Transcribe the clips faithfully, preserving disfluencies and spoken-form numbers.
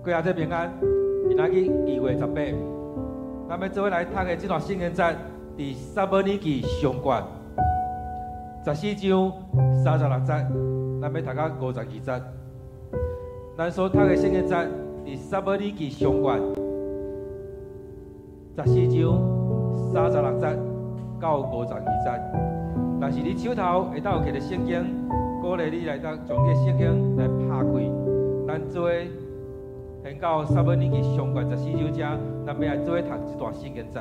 各位这平安，今仔日二月十八，咱要做伙来读的这段圣经节，伫撒母耳记上卷十四章三十六节，咱要读到五十二节。咱所读的圣经节伫撒母耳记上卷十四章三十六节到五十二节。但是你手头会当有摕着圣经，鼓励你来当将这圣经来拍开，咱做伙先到撒母耳记上卷十四章遮，咱要来做伙读这段圣经节。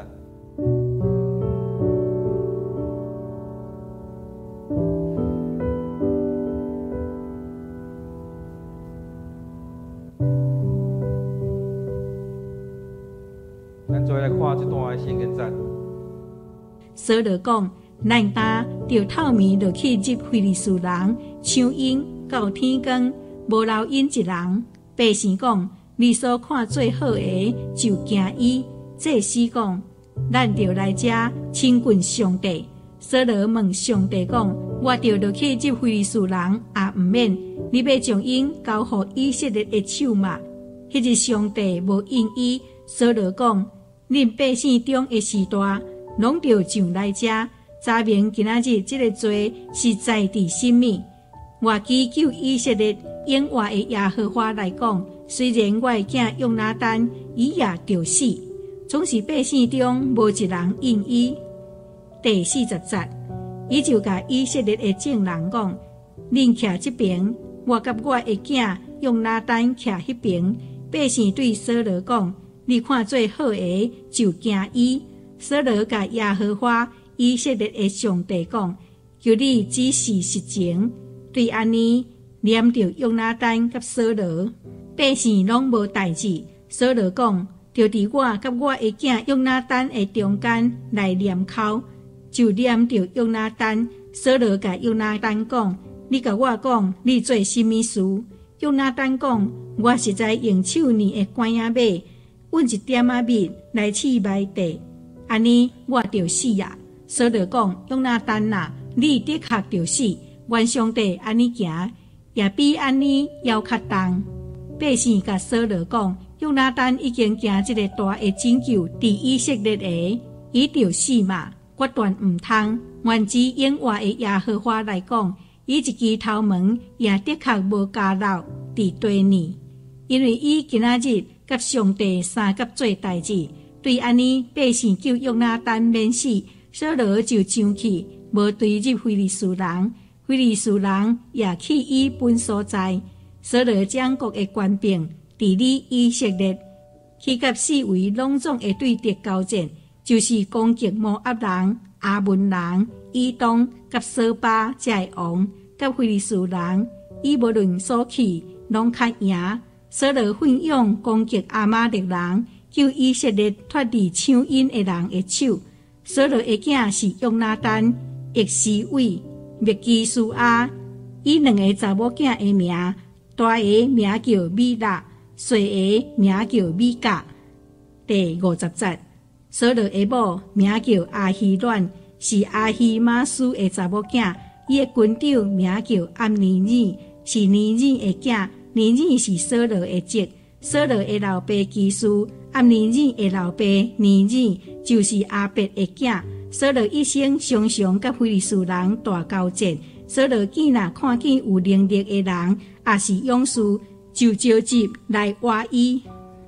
咱做伙来看这段圣经节。 扫罗讲：咱家就透暝落去入非利士人抢因到天光，无留因一人。百姓讲：你所看最好的就惊伊。祭司讲：咱就来遮亲近上帝。扫罗问上帝讲：我就落去入非利士人，也毋免，你要将因交予以色列的手嘛？迄日上帝无应伊。扫罗讲：恁百姓中的事大，拢着上来遮。查明今仔日这个罪是在伫甚物？我祈求以色列永活的耶和华来讲，虽然我的囝约拿单伊也着死，总是百姓中无一人应伊。第四十节，伊就甲以色列的众人讲：恁徛这边，我甲我的囝约拿单徛迄边。百姓对扫罗讲：你看最好的就惊伊。扫罗甲耶和华以色列的上帝讲：求你指示实情。对安尼念着约拿单甲扫罗，百姓拢无代志。扫罗讲：就伫我甲我的囝约拿单的中间来念口，就念着约拿单。扫罗甲约拿单讲：你甲我讲，你做甚物事？约拿单讲：我实在用手捏的管仔尾，揾一点仔蜜来试麦地，安尼我就死啊！扫罗讲：约拿单啊，你的确就死。愿上帝安尼行，也比安尼要较重。百姓甲扫罗讲：约拿单已经行这个大的拯救，伫以色列的，伊就死嘛，决断毋通。原指永活的耶和华来讲，伊一支头毛也的确无加留伫地里，因为伊今仔日甲上帝三甲做代志。对安尼，百姓救约拿单免死，扫罗就上去，无追入非利士人。非利士人也去伊本所在。扫罗将国的权柄治理以色列，去甲四围拢总的对敌交战，就是攻击摩押人、亚扪人、以东甲索巴这的王，甲非利士人，伊无论所去，拢较赢。扫罗奋勇攻击亚玛力人，救以色列脱离抢因的人的手。扫罗的囝是约拿单、益斯伟、麦基苏亚，伊两个查某囝的名，大个名叫米勒，小个名叫米甲。第五十节，扫罗的某名叫阿希乱，是阿希玛斯的查某囝，伊的军长名叫暗尼尔，是尼尔的囝，尼尔是扫罗的侄。扫罗的老爸基斯，暗尼尔的老爸尼尔就是阿伯的囝。扫罗一生常常甲非利士人大交战。扫罗见若看见有能力的人，也是勇士，就召集来挖伊。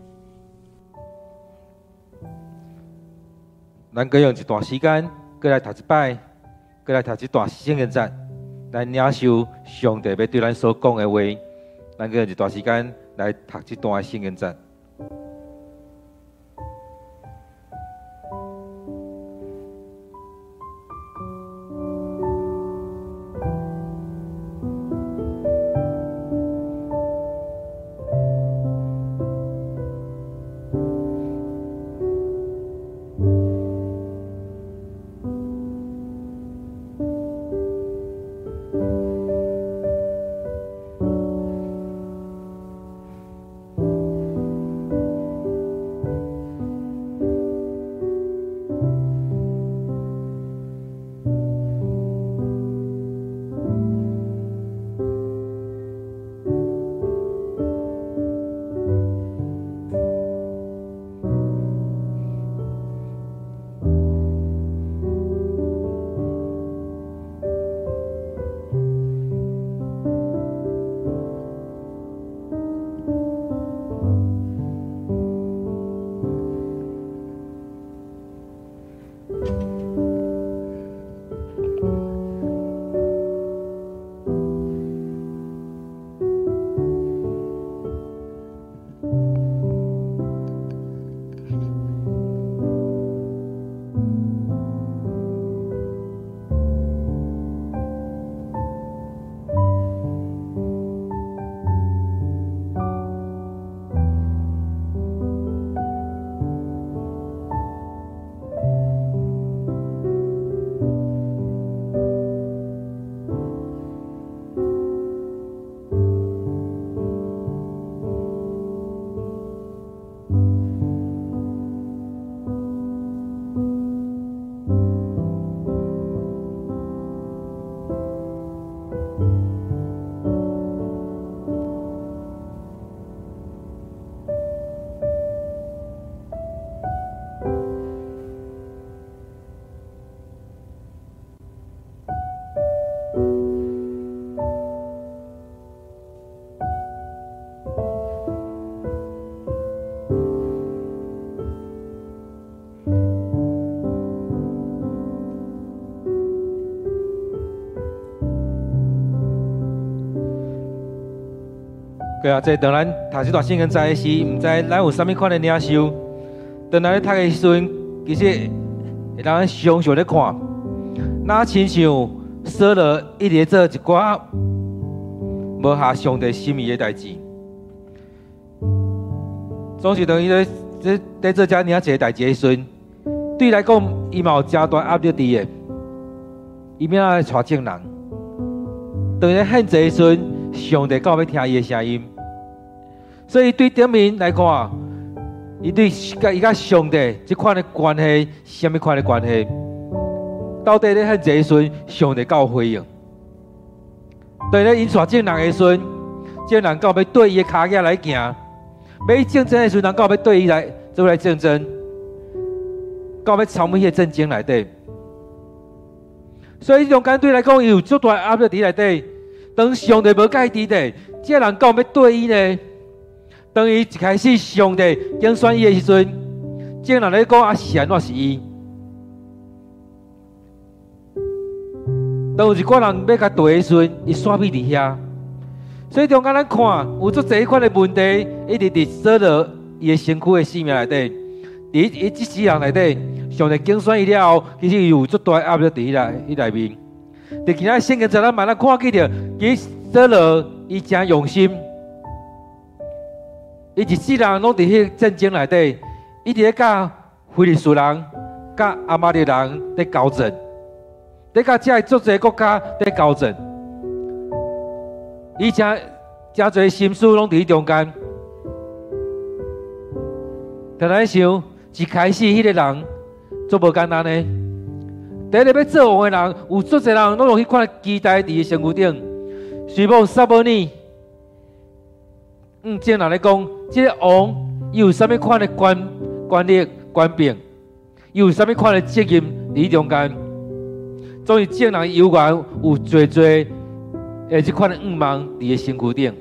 咱搁用一段时间，搁来读一摆，搁来读一段圣经节，来领受上帝要对咱所讲的话。咱搁用一段时间来读这段圣经节。 对啊，这当咱读这段圣经在的时，毋知咱有啥物款的领受。当咱咧读的时阵，其实会当常常咧看，哪亲像扫罗一直做一寡无合上帝心意的代志，总是等于咧这在做遮尔一个代志的时阵，对伊来讲，伊嘛有真大压力伫的，伊免来带正人。当伊咧献祭的时阵，上帝到要听伊的声音。所以对顶面来看，伊对伊甲上帝这款的关系，什么款的关系？到底咧献祭的时阵，上帝到回应。对咧引带正人的时阵，正人到要对伊的骹脚来行，要竞争的时阵，人到要对伊来做来竞争，到要参与迄个战争内底。所以中间对来讲，伊有足大压力伫内底。当上帝无介伫的，这人到要对伊呢？当伊一开始上帝拣选伊的时阵，这人咧讲啊是安怎是伊？当有一寡人要甲对的时阵，伊煞秘伫遐。所以中间咱看有足侪款的问题，一直伫扫罗伊的身躯的生命内底，伫伊即世人内底，上帝拣选伊了后，其实有足大压力伫伊内伊内面。伫其他圣经在咱慢咱看见着，其实扫罗伊真用心。伊一世人拢伫迄战争内底，一直咧甲非利士人、甲亚玛力人咧交战，咧甲遮足侪国家咧交战。伊真真侪心思拢伫迄中间。但咱想，一开始迄个人做无简单呢。第一个要做王的人，有足侪人拢用迄款期待伫伊身躯顶。随后撒母耳。嗯，正人咧讲，这个王伊有啥物款的官权力、官柄，伊有啥物款的责任伫中间。总是正人有缘有侪侪诶，即款的五芒伫伊身躯顶，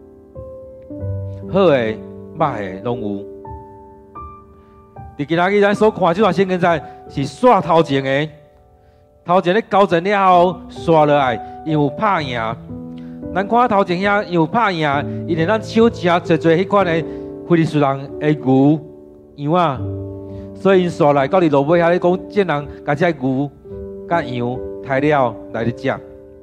好诶、歹诶拢有。伫今仔日咱所看即段圣经在是刷头前诶，头前咧交战了后刷落来，因有拍赢。咱看头前遐有拍赢，伊连咱抢真侪侪迄款的非利士人的牛羊啊，所以因刷来到伫路尾遐咧讲，这人甲这牛甲羊杀了来咧食。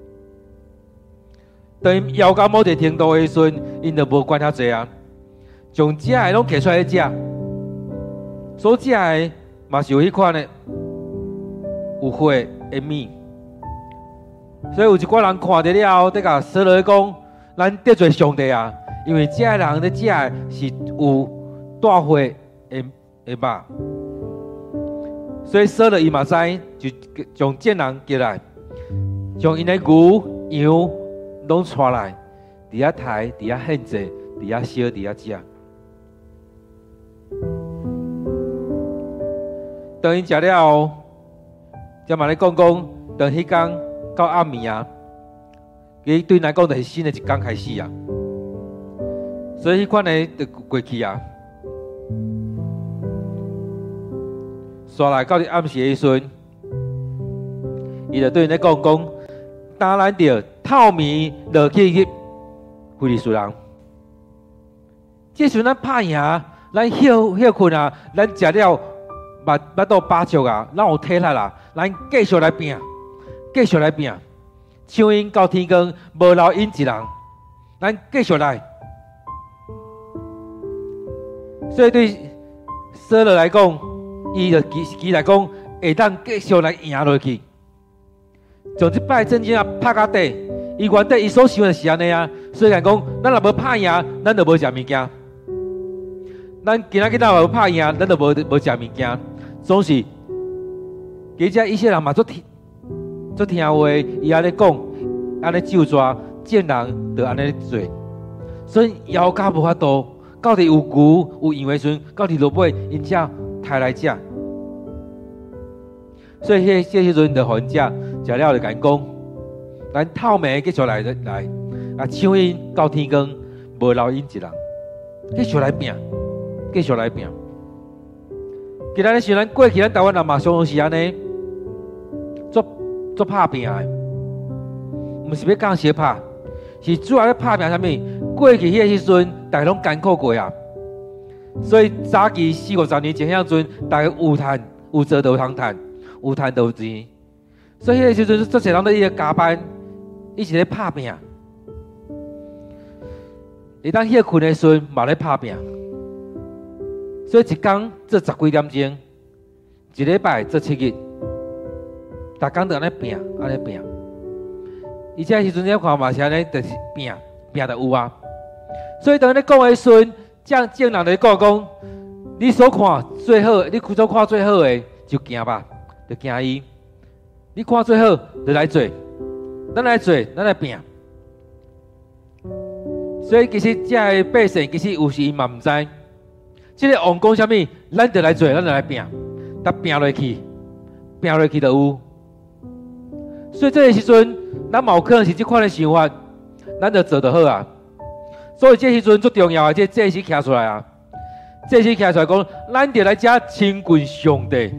当因枵到某一个程度的时阵，因就无管遐济啊，将食的拢摕出来食，所食的嘛是有迄款的有血的物。所以有一寡人看着了后，得甲扫罗讲：“咱得罪上帝啊！因为这人咧食的是有带血的的肉。”所以扫罗伊嘛知，就将这人叫来，将因的牛羊拢带来，伫遐抬，伫遐献祭，伫遐烧，伫遐食。当因食了后，才嘛咧讲讲，当迄天。到暗暝啊，伊对咱来讲就是新的一天开始啊，所以迄款的就过去啊。刷来到伫暗时的时阵，伊就对因咧讲讲，当咱着透暝落去去非利士人，这时咱拍赢，咱休休困啊，咱食了目目肚饱足啊，咱有体力啦，咱继续来拼。继续来拼，唱因到天光，无留因一人，咱继续来。所以对扫罗来讲，伊就其其来讲，会当继续来赢落去，从即摆战争啊拍到底。伊原底伊所想的是安尼啊，所以讲讲，咱若无拍赢，咱就无食物件。咱今仔日若无拍赢，咱就无无食物件。总是，其实一些人嘛做听。做听话，伊安尼讲，安尼咒抓，见人就安尼做，所以枵甲无法度，到底有牛有羊的时阵，到底落尾因才抬来食。所以迄迄时阵就互因食，食了就甲因讲，咱透暝继续来来，啊抢因到天光，无留因一人，继续来拼，继续来拼。今仔日是咱过去咱台湾人嘛，常常是安尼。做拍拼的，毋是要讲相拍，是主要咧拍拼啥物？ 过去迄个时阵，大家拢艰苦过啊。所以早期四五十年前迄阵，大家有赚有做就有通赚，有赚就有钱。所以迄个时阵，做侪人都伊咧加班，伊是咧拍拼。伊当迄个困的时阵，嘛咧拍拼。所以一工做十几点钟，一礼拜做七日，逐工都安尼拼，安尼拼。而且时阵你看嘛是安尼，就是拼拼就有啊。所以当你讲的时阵，正正人就讲讲，你所看最好，你所看最好的就行吧，就行伊。你看最好就来做，咱来做，咱来拼。所以其实这个百姓其实有时伊嘛唔知，这个王讲啥物，咱就来做，咱就来拼，但拼落去，拼落去就有。所以这个时阵，咱嘛有可能是这款的想法，咱就做就好啊。所以这时阵最重要的，这这是徛出来啊，这是徛出来讲，咱就来遮亲近上帝。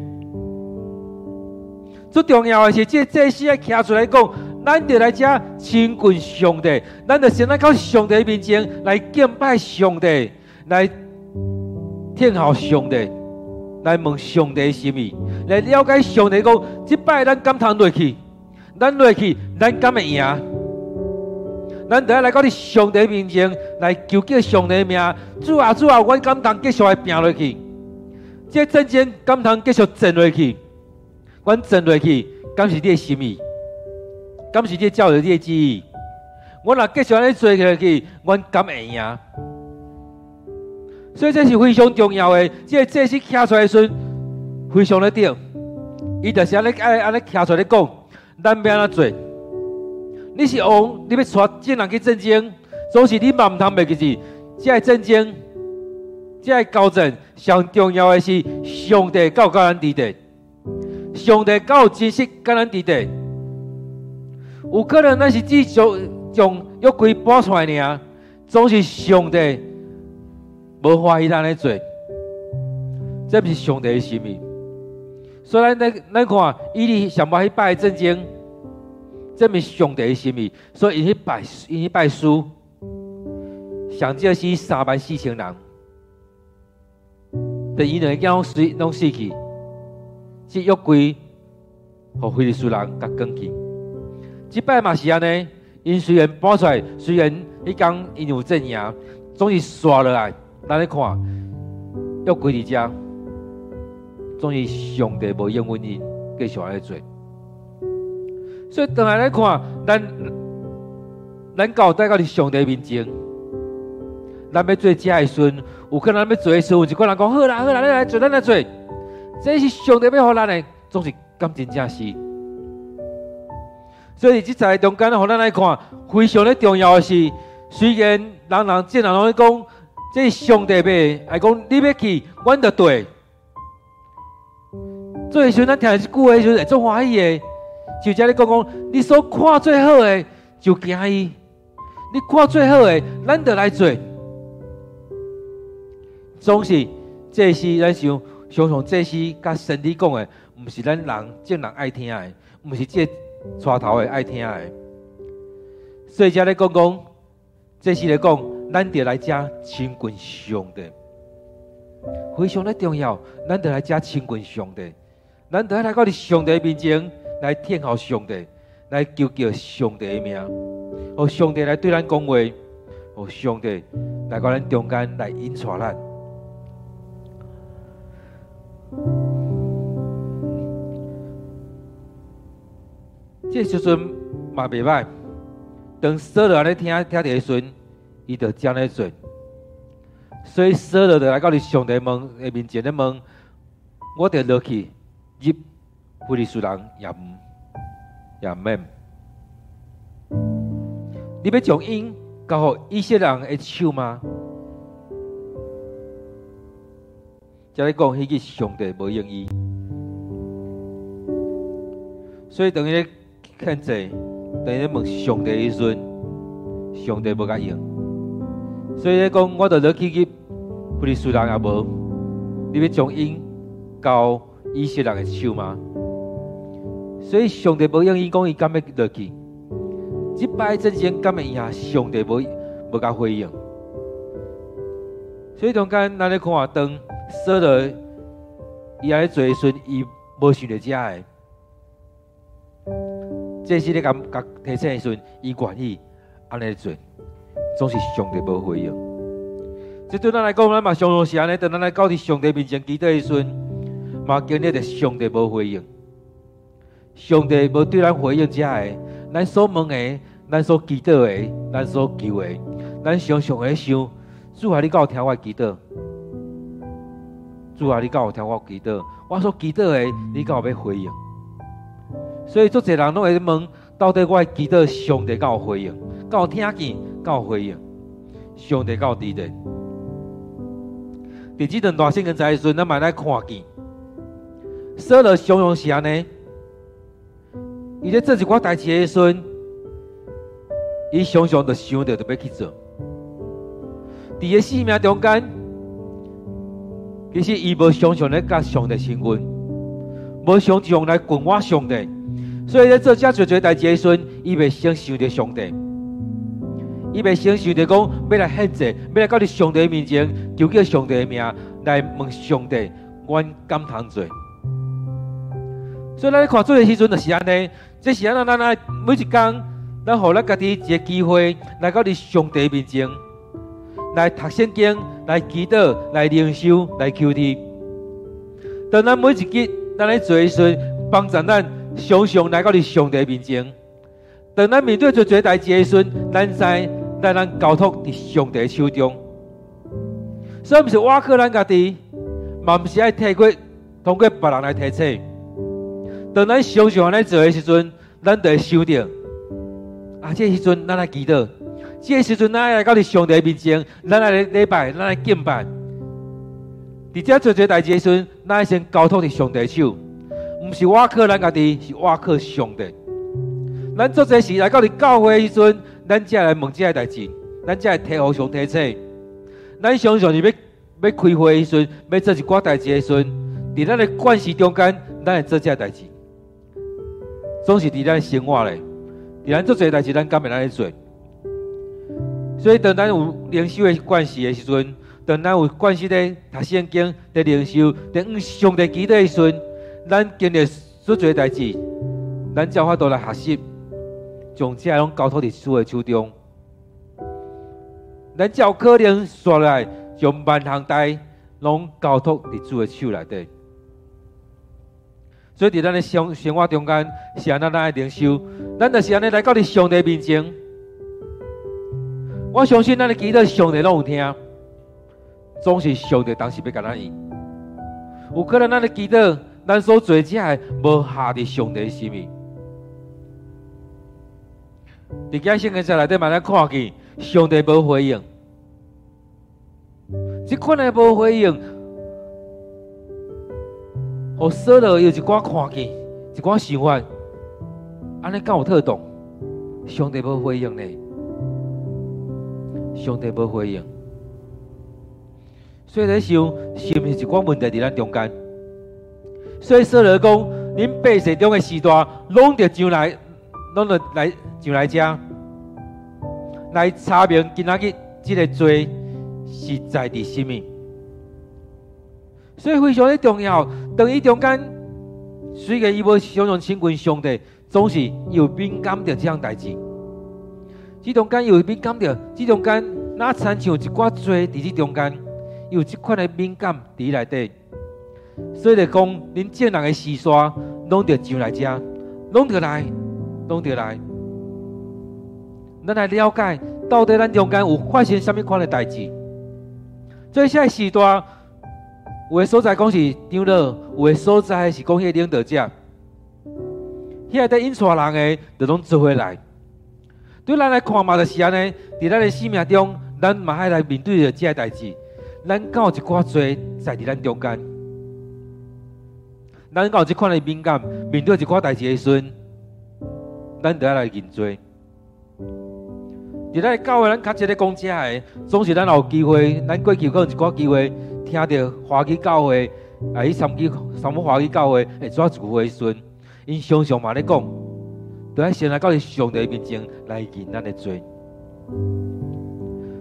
最重要的是，这这是要徛出来讲，咱就来遮亲近上帝，咱就先来到上帝面前来敬拜上帝，来听候上帝，来问上帝的心意，来了解上帝讲，这摆咱敢通落去，咱落去，咱敢会赢？咱就要来到你上帝面前来求叫上帝的名，主啊主啊，我敢通继续来拼落去？这战争敢通继续战落去？阮战落去，敢是你的心意？敢是你照着你的旨意？我若继续安尼做下去，阮敢会赢？所以这是非常重要的。这个这是徛出来的时阵，非常的对。伊就是安尼爱安尼徛出来讲，咱要安怎做？你是王，你要带众人去战争，总是你嘛唔通袂记住，这个战争，这个交战上重要的是上帝教教咱伫地，上帝教真实教咱伫地。有可能咱是只将将约柜搬出来尔，总是上帝无欢喜咱来做，这不是上帝的心意。所以咱咱咱看，伊哩上巴迄摆战争。这是上帝的心意，所以因去拜，因去拜书，上少死三万四千人，但伊两个囝死拢死去，这约柜，互非利士人甲赶去。这摆嘛是安尼，因虽然搬出来，虽然迄天因有阵赢，总是刷落来，咱咧看约柜伫遮，总是上帝无应允因继续安尼做。所以，当来来看，咱咱交代到伫上帝面前，咱要做这的时阵，有可能咱要做的时候，有一个人讲好啦好啦，咱来做，咱来做，这是上帝要互咱的，总是敢真正是。所以，这在中间，互咱来看，非常的重要的是，虽然人人这人拢咧讲，这是上帝要，还讲你要去，阮就对。做的时候，咱听一句话的时候，会做欢喜的。就遮咧讲讲，你所看最好的就行伊，你看最好的，咱就来做。总是这是咱想想想，这是甲神理讲的，毋是咱人正人爱听的，毋是这带头的爱听的。所以遮咧讲讲，这是咧讲，咱就来遮亲近上帝，非常的重要。咱就来遮亲近上帝，咱就来到你上帝面前。来听候上帝，来求叫上帝的名，互上帝来对咱讲话，互上帝来到咱中间来引带咱。这时阵嘛袂歹，当扫罗安尼听听伫的时阵，伊就这样来做。所以扫罗就来到你上帝门的面前咧问，我就落去入。非利士人也唔也唔免，你要将因交互以色列人的手吗？才咧讲迄个上帝无应伊，所以等于咧劝诫，等于咧问上帝的时阵，上帝无甲应，所以咧讲我著落去入非利士人也无，你要将因交以色列人的手吗？所以上帝无应伊讲伊敢要落去，即摆真正敢会赢？上帝无无甲回应。所以中间咱咧看当扫罗伊安尼做的时阵，伊无想到遮个。这是咧甲甲提醒的时阵，伊愿意安尼做，总是上帝无回应。这对咱来讲，咱嘛常常是安尼，当咱来到伫上帝面前祈祷的时阵，嘛经历着上帝无回应。上帝无对咱回应遮个，咱所问的，咱所祈祷的，咱所求的，咱常常会想，主啊，你敢有听我祈祷？主啊，你敢有听我祈祷？我所祈祷的，你敢有要回应？所以，足侪人拢会问，到底我的祈祷上帝敢有回应？敢有听见？敢有回应？上帝敢有伫咧？伫即段大圣经在的时阵，咱嘛来看见，扫罗常常是安尼，伊咧做一寡代志的时阵，伊常常就想着就要去做。伫个生命中间，其实伊无常常咧甲上帝亲近，无常常来困我上帝。所以咧做遮侪侪代志的时阵，伊袂先想着上帝，伊袂先想着讲要来献祭，要来到你上帝面前求叫上帝的名来问上帝，阮敢通做？所以咱咧看做的时阵就是安尼，这是安怎咱来每一天，咱互咱家己一个机会来到你上帝面前，来读圣经，来祈祷，来灵修，来求天。当咱每一日咱咧做的时阵，帮助咱。常常来到你上帝面前，当咱面对做做代志的时阵，咱知咱咱交托伫上帝手中。所以毋是我靠咱家己，嘛毋是爱摕过通过别人来提醒。当咱常常安尼做的时阵，咱就会想到，啊，这时阵咱来祈祷，这时阵咱来到你上帝面前，咱来礼拜，咱来敬拜。伫遮做做代志的时阵，咱先交托伫上帝手。毋是我靠咱家己，是我靠上帝。咱做这事来到你教会的时阵，咱才来问这个代志，咱才来提互相提醒。咱常常是要要开会的时阵，要做一寡代志的时阵，伫咱的关系中间，咱会做这个代志，总是伫咱生活咧。伫咱做这个代志，咱敢会咱咧做。所以，当咱有灵修的关系的时阵，当咱有关系咧读圣经、咧灵修、咧向上帝祈祷的时阵，咱经历所做代志，咱才有法度来学习，将这拢交托伫主的手中。咱才有可能刷来将万项代拢交托伫主的手内底。所以伫咱的生生活中间，是安怎咱的灵修，咱就是安尼来到伫上帝面前。我相信咱的祈祷，上帝拢有听，总是上帝当时要甲咱应。有可能咱的祈祷。咱所做这个无下伫上帝心意，伫今圣经在内底慢慢看见，上帝无回应，这款的无回应，互扫罗有一寡看见，一寡想法，安尼敢有妥当？上帝无回应呢？上帝无回应，所以在想，是毋是一寡问题伫咱中间？所以扫罗讲，恁百姓中的士大，拢着上来，拢着来上来遮，来查明今仔日这个罪是在伫什么。所以非常的重要。当伊中间，虽然伊无常常亲近上帝，总是有敏感着这项代志。这中间有敏感着，这中间哪参像一寡罪伫这中间，有这款的敏感伫内底。所以就讲，恁正人的士煞拢着上来遮，拢着来，拢着来。咱来了解，到底咱中间有发生什么款的代志？所以现在士大，有的所在讲是长老，有的所在是讲迄个领导者，迄个在引带人的，就拢做伙来。对咱来看嘛，就是安尼，伫咱的生命中，咱嘛爱来面对着这个代志。咱敢有一寡罪在伫咱中间？咱敢有这款的敏感，面对一寡代志的时阵，咱就要来认罪。伫咱教会，咱较侪咧讲这个，总是咱有机会，咱过去有一寡机会，听到华语教会，啊，去参去参华语教会，会做聚会时阵，因常常嘛咧讲，就要先来到上帝面前来认咱的罪。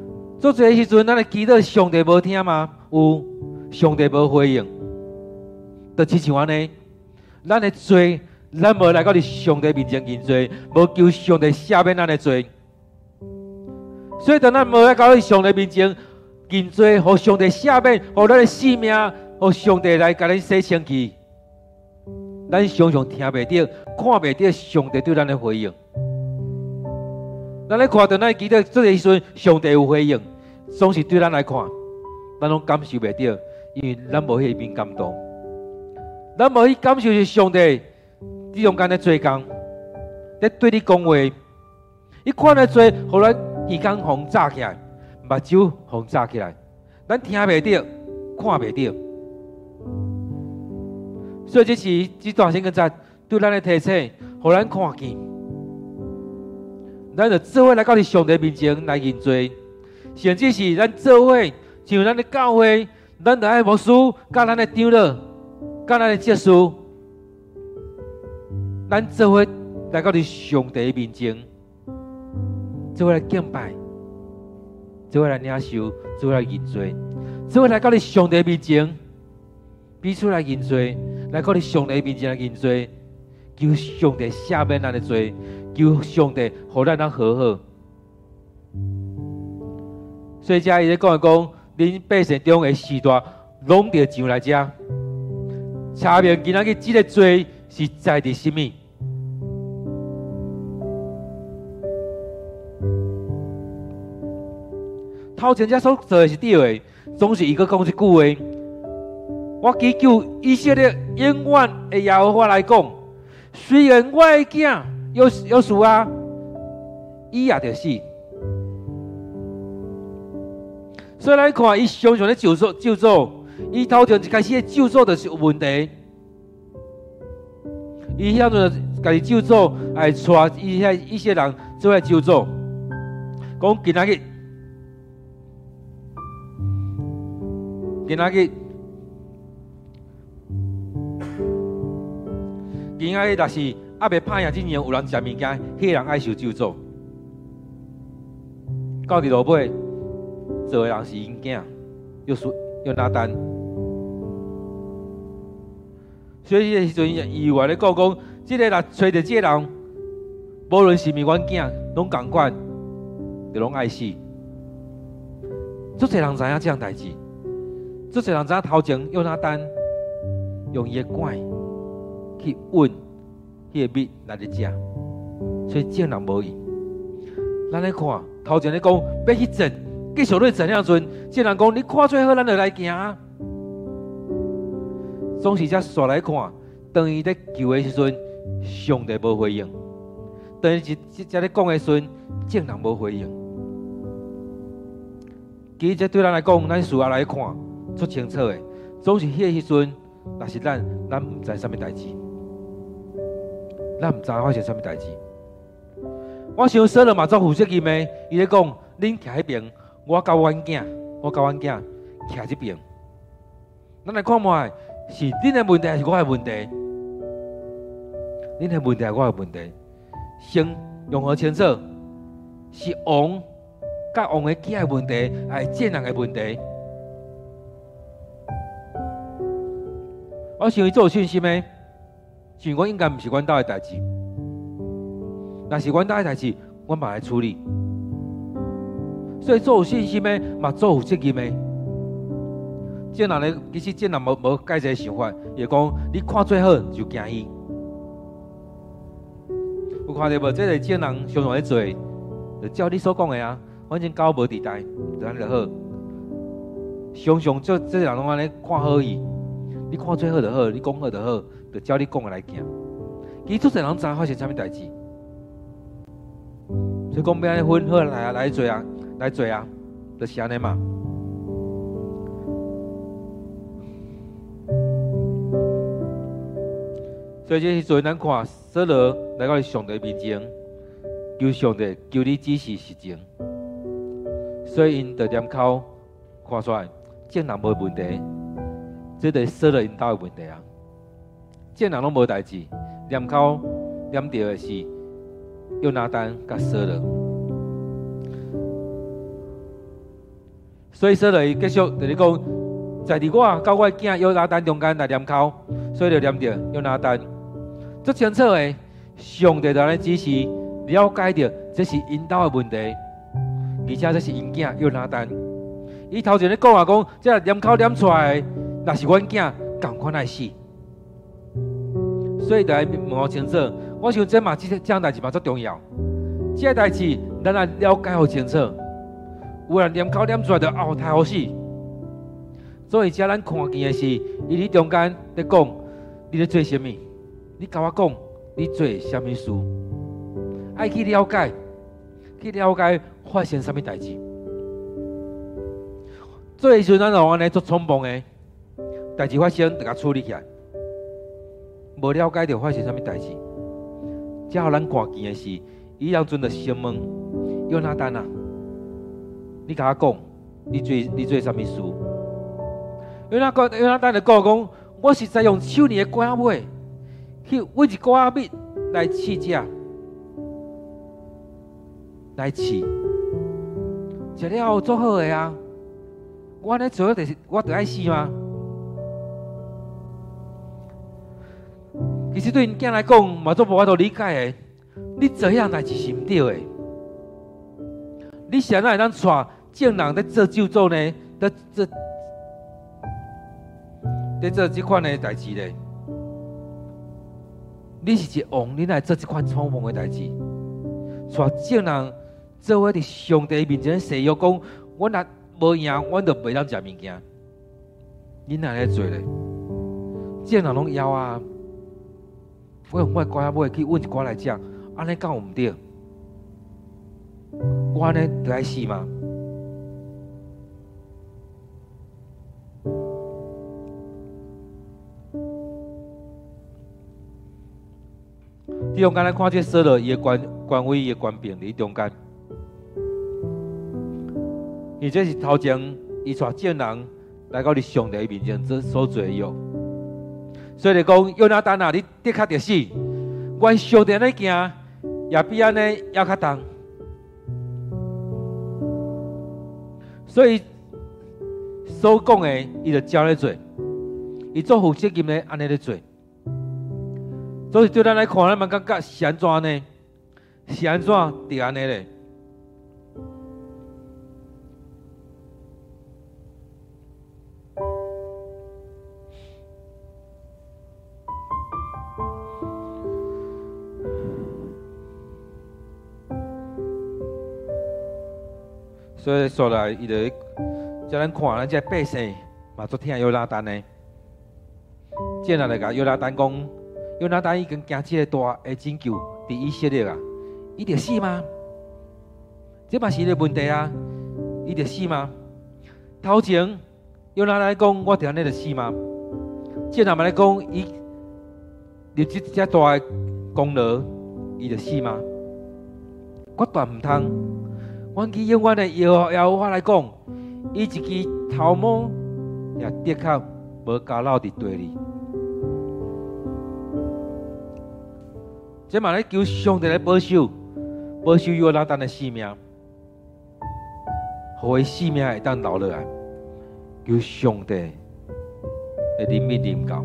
做这时阵，咱的祈祷上帝无听吗？有，上帝无回应。就亲像安尼，咱的罪，咱无来到你上帝面前认罪，无求上帝赦免咱的罪。所以，当咱无来到你上帝面前认罪，互上帝赦免，互咱的性命，互上帝来甲咱洗清气，咱常常听袂到、看袂到上帝对咱的回应。咱咧看到咱祈祷这个时阵，上帝有回应，总是对咱来看，咱拢感受袂到，因为咱无迄面感动，咱无去感受是上帝这种间的做工，在对你讲话，伊看得做，互咱耳孔红炸起来，目睭红炸起来，咱听袂到，看袂到。所以这是这段圣经在对咱的提醒，互咱看见。咱就做伙来到你上帝面前来认罪，甚至是咱做伙像咱的教会，咱就爱牧师、甲咱的长老、甲咱的执事，咱做伙来到你上帝面前，做伙来敬拜，做伙来领受，做伙来认罪，做伙来到你上帝面前，彼此来认罪，来到你上帝面前来认罪，求上帝赦免咱的罪。求上帝互咱能和好，所以遮伊咧讲讲，恁百姓中的士大拢着上来遮，查明今仔日即个罪是在伫什么？头前遮所做的是对的，总是伊个讲一句话，我祈求以色列永远的耶和华来讲，虽然我的囝。有有事啊，伊也着死。所以来看，伊常常咧咒诅咒诅，伊头前一开始的咒诅就是有问题。伊遐阵家己咒诅，哎，带伊遐一些人做来咒诅，讲今仔日，今仔日，今仔日若是。啊！未拍赢之前，有人食物件，迄个人爱受咒诅。到伫落尾，做诶人是因囝，又属又拿单。所以迄个时阵，意外咧讲讲，即个若找着即个人，无论是毋是阮囝，拢共款，就拢爱死。足侪人知影即样代志，足侪人知影头前又拿单，用伊诶管去稳。迄个米来咧食，所以正人无伊。咱咧看头前咧讲要去整，继续咧整了阵，正人讲你看最好，咱就来行。总是遮煞来看，当伊咧求的时阵，上帝无回应；当伊是遮咧讲的时阵，正人无回应。其实这对咱来讲，咱事后来看，足清楚的，总是迄个时阵，若是咱，咱毋知啥物代志。咱唔知发生什么代志。我想说了嘛，做负责任的，伊咧讲，恁徛迄边，我甲阮囝，我甲阮囝徛这边。咱来看卖，是恁的问题还是我的问题？恁的问题还是我的问题？先用何清楚？是王甲王的囝的问题，还是贱人的问题？我想伊做信心的。像我应该毋是阮兜的代志，若是阮兜的代志，阮嘛来处理。所以做有信心的，嘛做有责任的。这人咧，其实这人无无介这个想法，伊讲你看最好就惊伊。有看到无？这个这人常常咧做，就照你所讲的啊，反正狗无伫台，就安尼就好。常常做这人拢安尼看好伊，你看最好就好，你讲好就好。就照你讲的来行，其实足侪人知发生啥物代志，所以讲要安尼分好来啊，来做啊，来做啊，就是安尼嘛。所以这时阵咱看，扫罗来到上帝面前，求上帝求你指示实情，所以因就念口看出来，正人无问题，这就是扫罗因兜的问题啊。正人拢无代志，念口念到的是约拿单甲扫罗。 所以说来继续就是讲，在伫我甲我囝约拿單中間來念口，所以就念着約拿單。足清楚的，上帝就安尼指示，了解着這是因兜的問題，而且這是因囝約拿單。伊頭前咧講啊講，這念口念出來的，若是阮囝，共款愛死。所以就要問清楚，我想這嘛，這這項代志嘛足重要。這個代志咱來了解好清楚。有人念口念出來就哦太好死。所以遮咱看見的是，伊喺中間咧講，你咧做啥物？你甲我講，你做啥物事？愛去了解，去了解發生啥物代志。做誒時陣，咱就安尼做匆忙誒，代志發生就甲處理起來，無了解着發生啥物代志。遮互咱看見誒是，伊當陣就先問，約拿單啊，你甲我講，你做你做啥物事？約拿單約拿單就講講，我實在用手裡誒拐尾去揾一寡物來試食，來試，食了後做好誒啊！我安尼做就是我着愛死嗎？其實對因囝來講，嘛做無法度理解誒。你做迄樣代志是毋對誒。你是安怎會當帶眾人在做咒詛呢？在做在做這款誒代志咧？你是一王，你來做這款錯誤誒代志，帶眾人做伙佇上帝面前誓約講，我若無贏，阮就袂當食物件。你哪來做咧？眾人攏枵啊！我用我乖仔尾去揾一寡來食，安尼敢有毋對？我安尼着愛死嗎？伫中間咱看這掃羅伊個官官位伊個官兵佇中間，而這是頭前伊帶眾人來到你上帝面前所所做的約，所以就講約拿單啊，你的確着死，阮上帝安尼行，也比安尼還較重，所以所講的伊就照咧做，伊做負責任咧安尼咧做。所以對咱來看，咱嘛感覺是安怎呢？是安怎佇安尼咧？所以說來，伊就叫咱看，咱這百姓嘛做聽約拿單呢。接下來甲約拿單講。約拿單已經行這個大的拯救佇以色列啊，伊着死嗎？這嘛是一個問題啊，伊着死嗎？頭前約拿單講，我着安尼着死嗎？這人嘛來講，伊立這遮大的功勞，伊着死嗎？我斷毋通，阮去永遠的耶和華來講，伊一支頭毛也的確無交留佇地裡。這嘛咧求上帝來保守，保守約拿單的性命，互伊性命會當留落來。求上帝會憐憫臨到，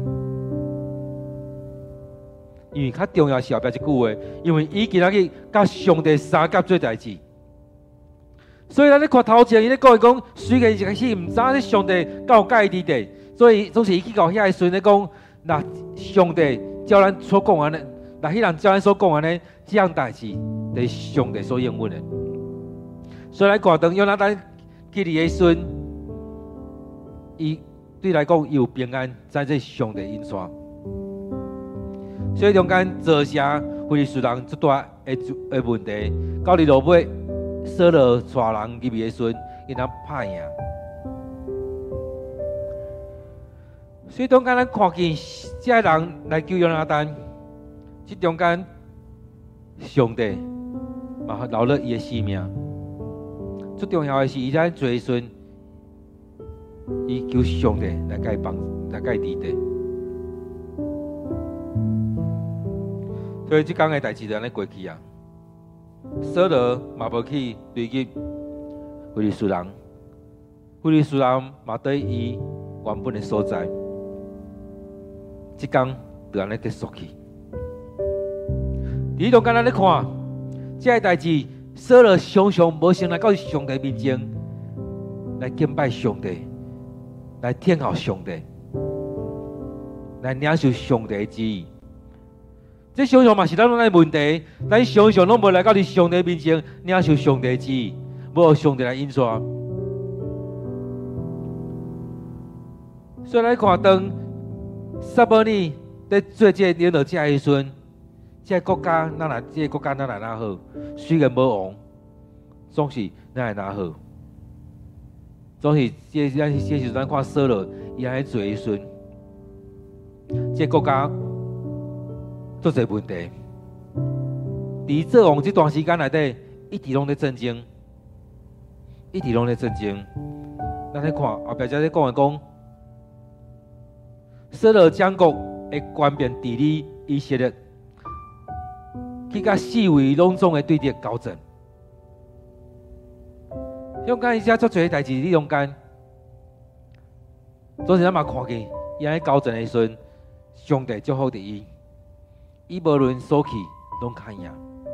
因為較重要是後壁一句話，因為伊今仔日甲上帝相夾做代志，所以咱咧看頭前伊咧講伊講，雖然一開始毋知影上帝敢有介意佇地，所以總是伊去到遐個時陣咧講，那上帝照咱所講安尼。那迄人照咱所講安尼，這項代志係上帝所應允的。所以來看，當約拿單去離的時陣，伊對來講伊有平安，在這上帝引線。所以中間造成非利士人這大的的問題，到你落尾，掃羅帶人入去的時陣，伊能拍贏。所以中間咱看見這人來救約拿單。這中間，上帝嘛留了伊的性命。最重要的是，伊在做時，伊求上帝來甲伊幫，來甲伊治地。所以這講的代志就安尼過去啊。掃羅嘛無去對擊非利士人， 非利士人嘛对伊原本的所在，即天就安尼结束去。你中间咱咧看，这个代志，扫罗常常无先来到上帝面前来敬拜上帝，来听候上帝，来领受上帝的旨意。这常常嘛是咱咱的问题，咱常常拢无来到你上帝面前领受上帝的旨意，无让上帝来引刷。所以来看，当撒母耳在做这领导这的时阵，这个国家哪来？这个国家哪来哪好？虽然无王，总是哪来哪好？总是这这这时咱看扫罗伊安尼做的时阵，这个国家做侪问题。伫做王这段时间内底，一直拢在战争，一直拢在战争。咱来看后壁才咧讲的讲。扫罗将国会官变治理以色列，去甲四围拢总的对敌交战。中间伊遮做侪代志，你中间，总是咱嘛看见伊安尼交战的时阵，上帝祝福伫伊，伊无论所去拢较赢。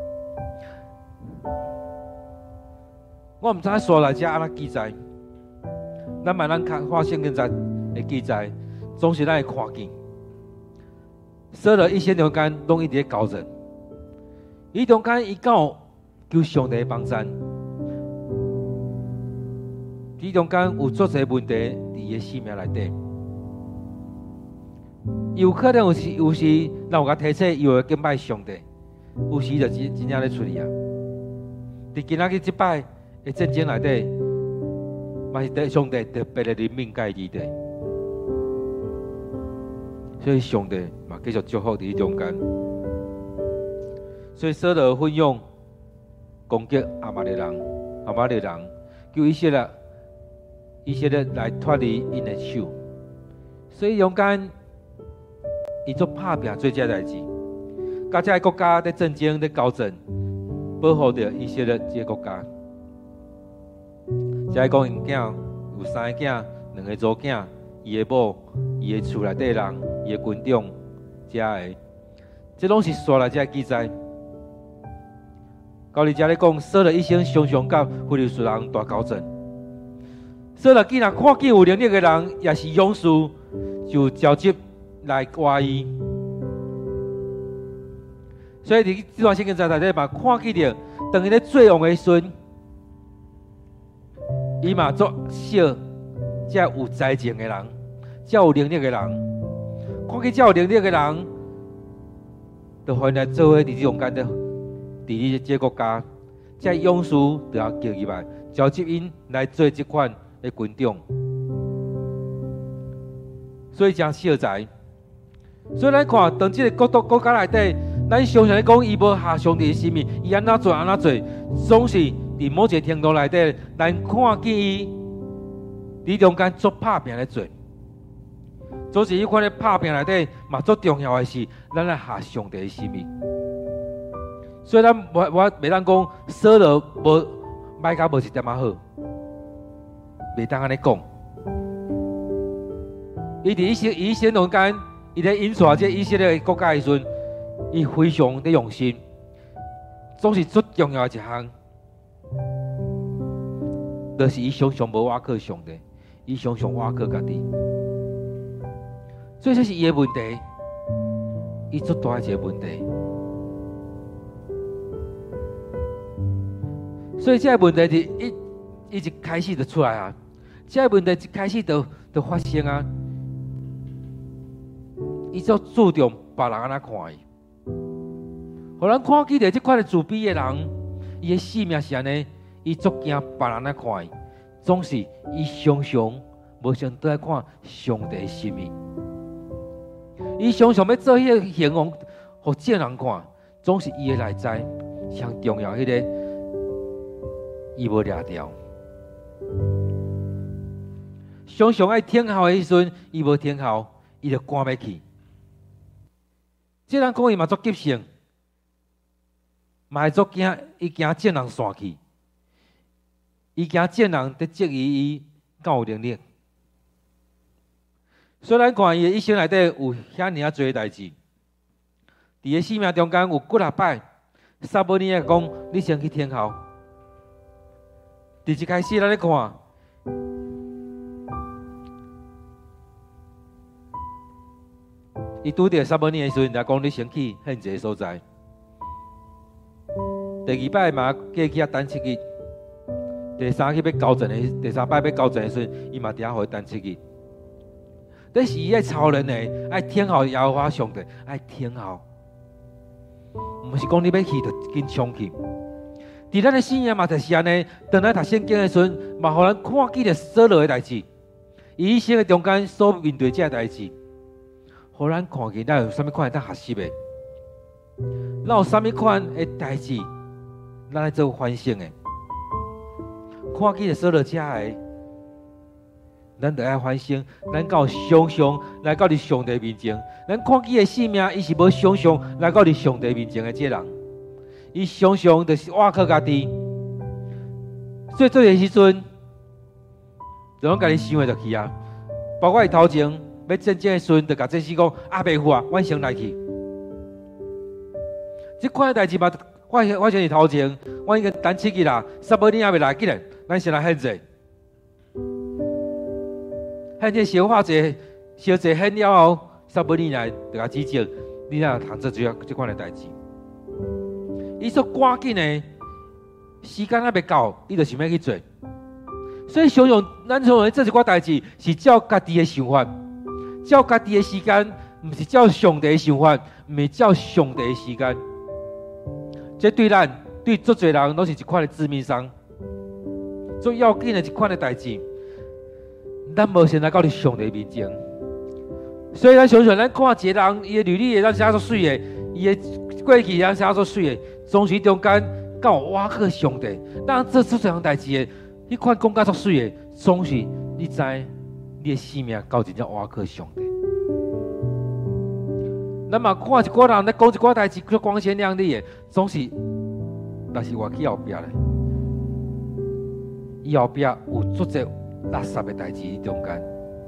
我毋知影刷来遮安怎记载，咱嘛咱看看圣经在的记载。总是咱会看见，扫罗一生中间拢一直咧交战，伊中间伊敢有求上帝帮助，伊中间有足侪问题伫伊的生命内底，有可能有时有时咱有甲提醒，伊会敬拜上帝，有时就真真正咧出去啊。伫今仔日即摆的战争内底，嘛是对上帝特别的怜悯甲伊伫。所以上帝嘛继续祝福伫中间，所以扫罗奋勇攻击亚玛力人，亚玛力人叫以色列以色列来脱离因的手，所以中间伊做拍拼做这代志，甲这个国家在战争在交战，保护着以色列这个国家。再讲因囝有三个囝，两个祖囝，伊的某，伊的厝内底人。伊的军长，遮个，这拢是刷来遮记载。到你遮咧讲，扫罗一生常常甲非利士人大交战。扫罗既然看见有能力的人，也是勇士，就召集来挖伊。所以伫这段圣经在内底嘛，看见着，当伊咧做王的时阵，伊嘛做小，遮有才情的人，遮有能力的人。看见遮有能力的人，就回来做伙伫这中间的，伫你这个国家，这勇士就要叫入来，召集因来做这款的军长。所以真实在。所以咱看，当这个国度国家内底，咱常常咧讲伊无下上帝的心意，伊安怎做安怎做，总是伫某一个程度内底，咱看见伊伫中间做拍拼咧做。总是迄款咧拍拼内底，嘛最重要的是，咱来下上帝的心意。所以咱我我袂当讲扫罗无歹甲无一点仔好，袂当安尼讲。伊伫以色以色列中间，伊咧引刷这以色列国家的时阵，伊非常的用心，总是最重要的一项，就是伊常常无倚靠上帝，伊常常倚靠家己。所以这是伊的问题，伊最大的一个问题。所以这个问题是一一直开始就出来啊，这个问题一开始就就发生啊。伊就注重别人安怎看伊，互咱看见着这款的自卑的人，伊的性命是安尼，伊足惊别人安怎看伊，总是伊常常无想倒来看上帝的心意。伊常常要做迄个形容，互正人看，总是伊的内在上重要迄个，伊无掠掉。常常爱听候的时阵，伊无听候，伊就赶要去。这人讲伊嘛足急性，嘛会足惊，伊惊正人散去，伊惊正人在质疑伊敢有能力。虽然看伊的一生内底有遐尔啊多代志，伫个生命中间有几啊摆，撒母耳讲：你先去天后。伫一开始咱咧看，伊拄着撒母耳的时阵，就讲你先去迄一个所在。第二摆嘛，过去啊等七日。第三去要交战的，第三摆要交战的时阵，伊嘛伫遐互伊等七日。这是伊爱超人的，爱天后耶和华上帝，爱天后，毋是讲你要去就紧冲去。伫咱的生命嘛，就是安尼。当咱读圣经的时阵，嘛，互咱看见着所有的代志，伊一生的中间所面对这代志，互咱看见咱有啥物款会当学习的，咱有啥物款的代志，咱来做反省的。看见着所有这个，咱就爱反省，咱到常常来到伫上帝面前。咱看见的生命，伊是无常常来到伫上帝面前的这人。伊常常就是挖靠家己，所以做的时阵，就拢家己想的就去啊。包括伊头前要见证的时阵，就甲祭司讲：啊，袂赴啊，阮先来去。即款的代志嘛，我我先是头前，我已经等七日啦，撒母耳还未来，紧嘞，咱先来献祭。献祭烧化者，烧祭献了后，撒母耳来就甲指正，你哪通做这这款的代志？伊说赶紧的，时间还未到，伊就想要去做。所以想想，咱常常做一寡代志，是照家己的想法，照家己的时间，毋是照上帝的想法，毋是照上帝的时间。这对咱对足侪人都是一款的致命伤。最要紧的一款的代志，咱无先来到你上帝面前。所以咱想想，咱看一个人，伊的履历咱写作水的，伊的过去咱写作水的。总是中间敢有挖靠上帝，咱做出这样代志的，迄款讲甲足水的，总是你知你的生命到真正挖靠上帝。咱嘛看一个人咧讲一寡代志，足光鲜亮丽的，总是，但是我去后壁咧，伊后壁有足侪垃圾的代志伫中间。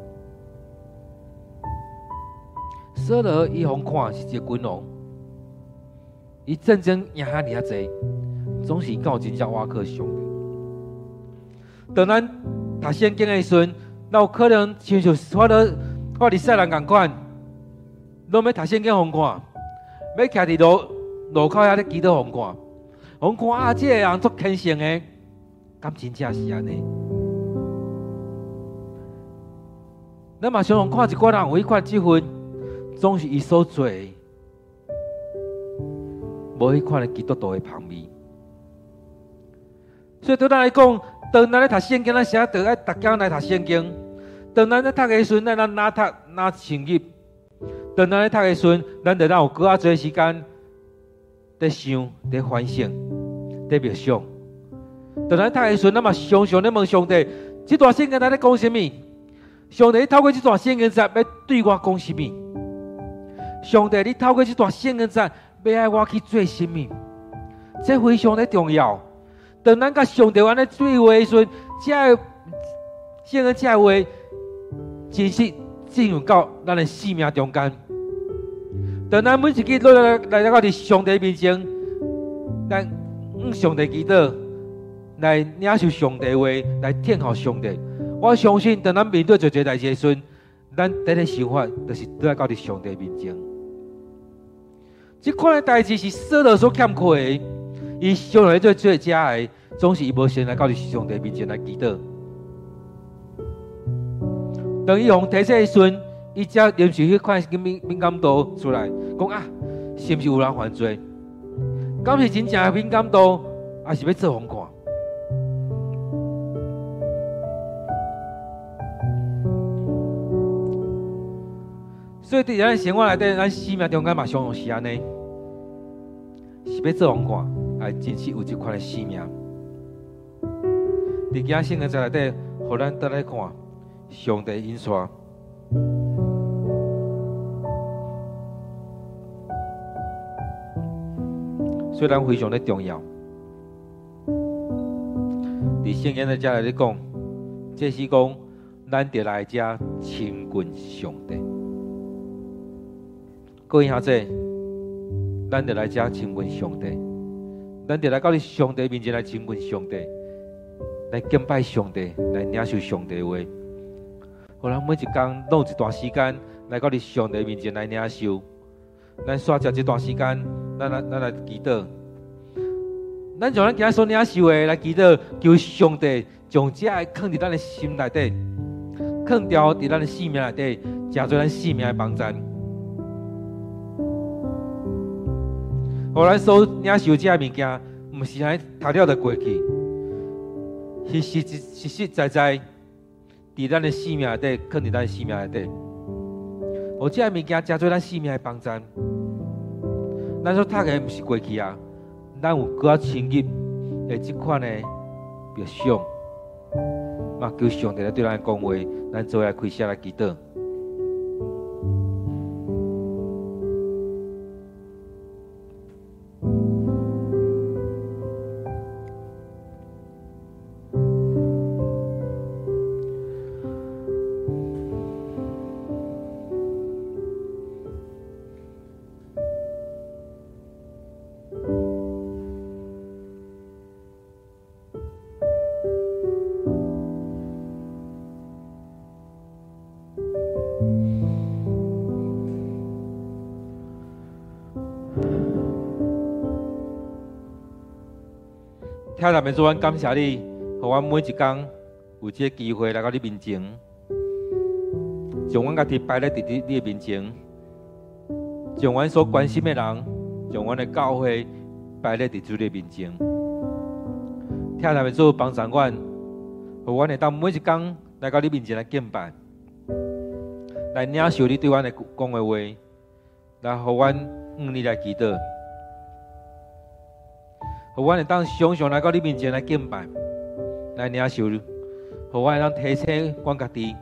所罗伊互看是一个君王。伊真正赢遐尔啊济，总是到真正挖靠上帝。当咱读圣经的时阵，咱有可能亲像我咧我伫西人共款，拢要读圣经互看，要徛伫路路口遐咧祈祷互看，互看啊，这个人足虔诚的，敢真正是安尼？咱嘛想想看一个人有迄款积分，总是伊所做的。无迄款的基督徒的旁边，所以对咱来讲，当咱咧读圣经，咱写得爱逐天来读圣经。当咱咧读的时阵，咱哪读哪深入；当咱咧读的时阵，咱就咱有搁较侪时间在想、在反省、在默想。当咱读的时阵，咱嘛常常咧问上帝：这段圣经咱咧讲什么？上帝，你透过这段圣经节要对我讲什么？上帝，你透过这段圣经节要爱我去做什么？这非常的重要。当咱甲上帝安尼对话的时阵，这圣经这话真实进入到咱的生命中间。当咱每一日都来来到伫上帝面前，咱向上帝祈祷，来领受上帝话，来听候上帝。我相信，当咱面对做这代志的时阵，咱第一个想法就是都要到伫上帝面前。这款的代志是所罗所欠缺的，伊上来做做遮的，总是伊无先来到上帝面前来祈祷。当伊互提醒的时阵，伊才临时迄款敏敏感度出来，讲啊，是毋是有人犯罪？敢是真正的敏感度，还是要做互看？所以伫咱生活内底，咱生命中间嘛，常常是安尼。是要做互看，还真是有这款的生命。伫今圣经在内底，互咱倒来看上帝引刷。虽然非常的重要，伫圣经在遮内底讲，这是讲咱就来遮亲近上帝。各位兄弟，咱就来遮亲近上帝，咱就来到你上帝面前来亲近上帝，来敬拜上帝，来领受上帝的话。互咱每一天拢有一段时间来到你上帝面前来领受。咱煞借这段时间，咱来咱来祈祷。咱将咱今日所领受的来祈祷，求上帝将这个放伫咱的心内底，放掉伫咱的生命内底，成做咱生命的帮助。互咱所领受这个物件，毋是安尼读了就过去，是实实实在在伫咱的生命内底，放伫咱的生命内底。互这个物件成做咱生命的帮助。咱所读的毋是过去啊。咱有搁较深入的即款的表象，嘛求上帝来对咱讲话，咱做来开声来祈祷。听咱们主，阮感谢你，互阮每一天有这个机会来到你面前，将阮家己摆在伫你的面前，将阮所关心的人，将阮的教会摆在伫主的面前。听咱们主帮助阮，互阮会当每一天来到你面前来敬拜，来领受你对阮的讲的话，来互阮向你来祈祷。互阮会当常常来到你面前来敬拜，来领受，互阮会当提醒阮家己，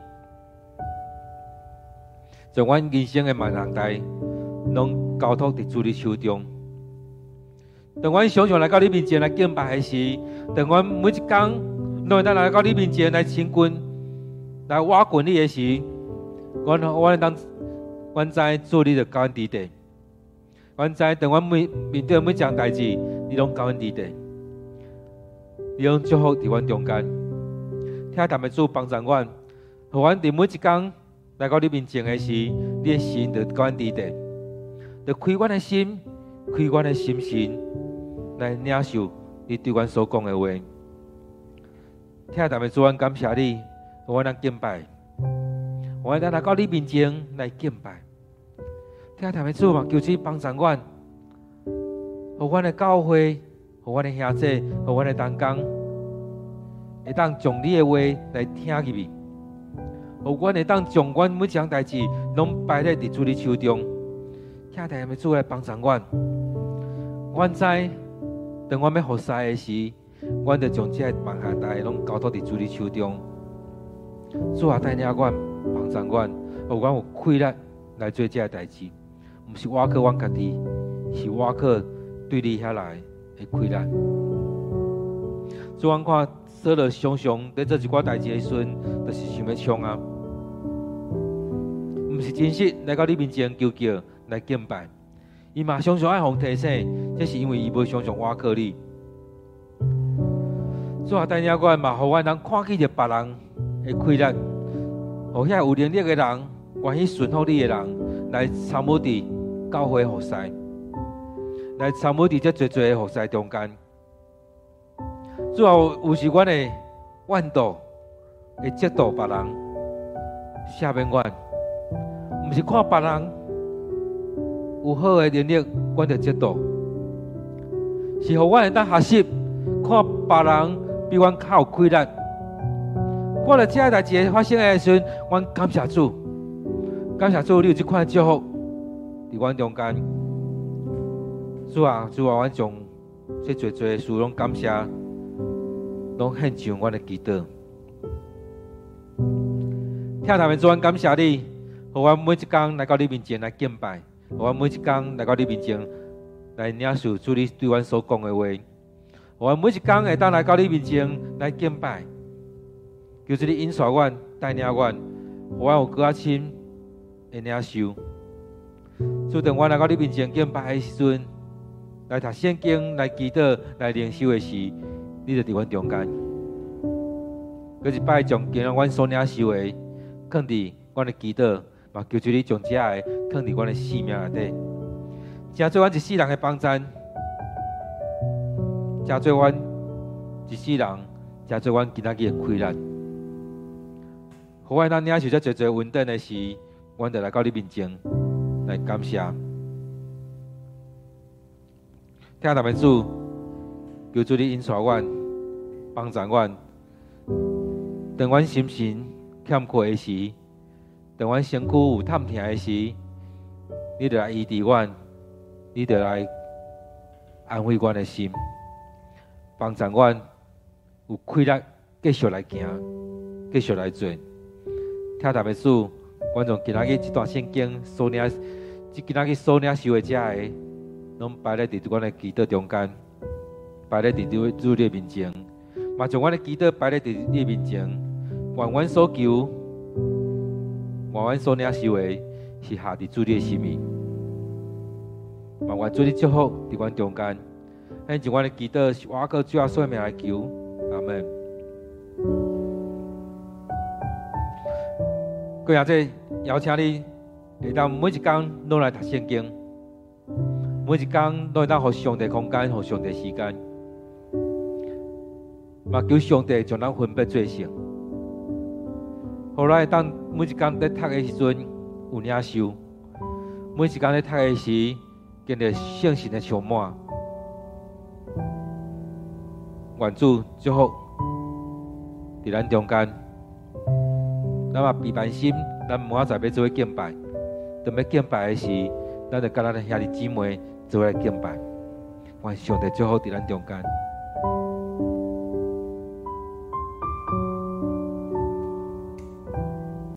将阮人生的万难代，拢交托伫主你手中。当阮常常来到你面前来敬拜的时，当阮每一天拢会当来到你面前来亲近、来挖掘你的时，阮阮会当，阮知主你就教阮伫地，阮知当阮每面对每一件代志。你拢教阮伫地，你拢祝福伫阮中间，听他们主帮助阮，互阮伫每一天来到你面前的时，你的心就教阮伫地，就开阮的心，开阮的心神，来领受你对阮所讲的话。听他们主，阮感谢你，互阮能敬拜，互阮来到你面前来敬拜。听他们主嘛，求主帮助阮。互阮的教会，互阮的兄弟，互阮的同工，会当将你的话来听入去。互阮会当将阮每一项代志拢摆在伫主你手中。听台的主来帮助阮。阮知，当阮要服侍的时，阮就将这万项代拢交托伫主你手中。主啊，带领阮，帮助阮，互阮有气力来做这代志，毋是我靠阮家己，是我靠对你遐来的气力。主，阮看扫罗常常在做一寡代志的时阵，就是想要冲啊，毋是真实来到你面前求叫来敬拜。伊嘛常常爱互提醒，这是因为伊无常常倚靠你。主啊，带领阮嘛，互阮人看起着别人的气力，互遐有能力的人，愿意顺服你的人，来参与伫教会服侍。来参与伫这侪侪的服侍中间，主啊，有时阮会怨妒，会嫉妒别人，赦免阮，毋是看别人有好的能力，阮就嫉妒，是互阮会当学习，看别人比阮较有气力，看到这个代志发生的时阵，阮感谢主，感谢主，你有这款祝福伫阮中间。主啊，主啊，阮将这侪侪的事拢感谢，拢献上阮的祈祷。听他们主，阮感谢你，互阮每一天来到你面前来敬拜，互阮每一天来到你面前来领受主你对阮所讲的话，互阮每一天会当来到你面前来敬拜。求主你引导阮， 带领阮，互阮有更较深的领受。主，当阮来到你面前敬拜的时阵，来读圣经、来祈祷、来灵修的时，你就伫阮中间。搁一摆将今日阮所领受的，放伫阮的祈祷，嘛求求你将这个放伫阮的生命内底，成做阮一世人的帮衬，成做阮一世人，成做阮今仔日的快乐。互阮咱领受遮侪侪稳定的时，阮就来到你面前来感谢。听咱们主，求主你引带阮，帮助阮。当阮心神欠缺的时，当阮身躯有探痛的时，你就来医治阮，你就来安慰阮的心，帮助阮有快乐继续来行，继续来做。听咱们主，阮从今仔日这段圣经所领，即今仔日所领受的遮个，拢摆咧伫阮的祈祷中间，摆咧伫主你面前，嘛将阮的祈祷摆咧伫你面前，愿阮所求，愿阮所领受的，是下伫主你的心意。嘛愿主你祝福伫阮中间，咱将阮的祈祷是我靠主耶稣的名来求，阿门。过下这邀请你，会当每一天拢来读圣经，每一天都会当互上帝空间，互上帝时间，嘛求上帝将咱分别做成，互咱会当每一天在读的时阵有领受，每一天在读的时经历圣神的充满，愿主祝福伫咱中间。咱嘛备办心，咱明仔载要做伙敬拜。当要敬拜的时，咱就甲咱的兄弟姊妹做伙来敬拜。愿上帝祝福伫咱中间。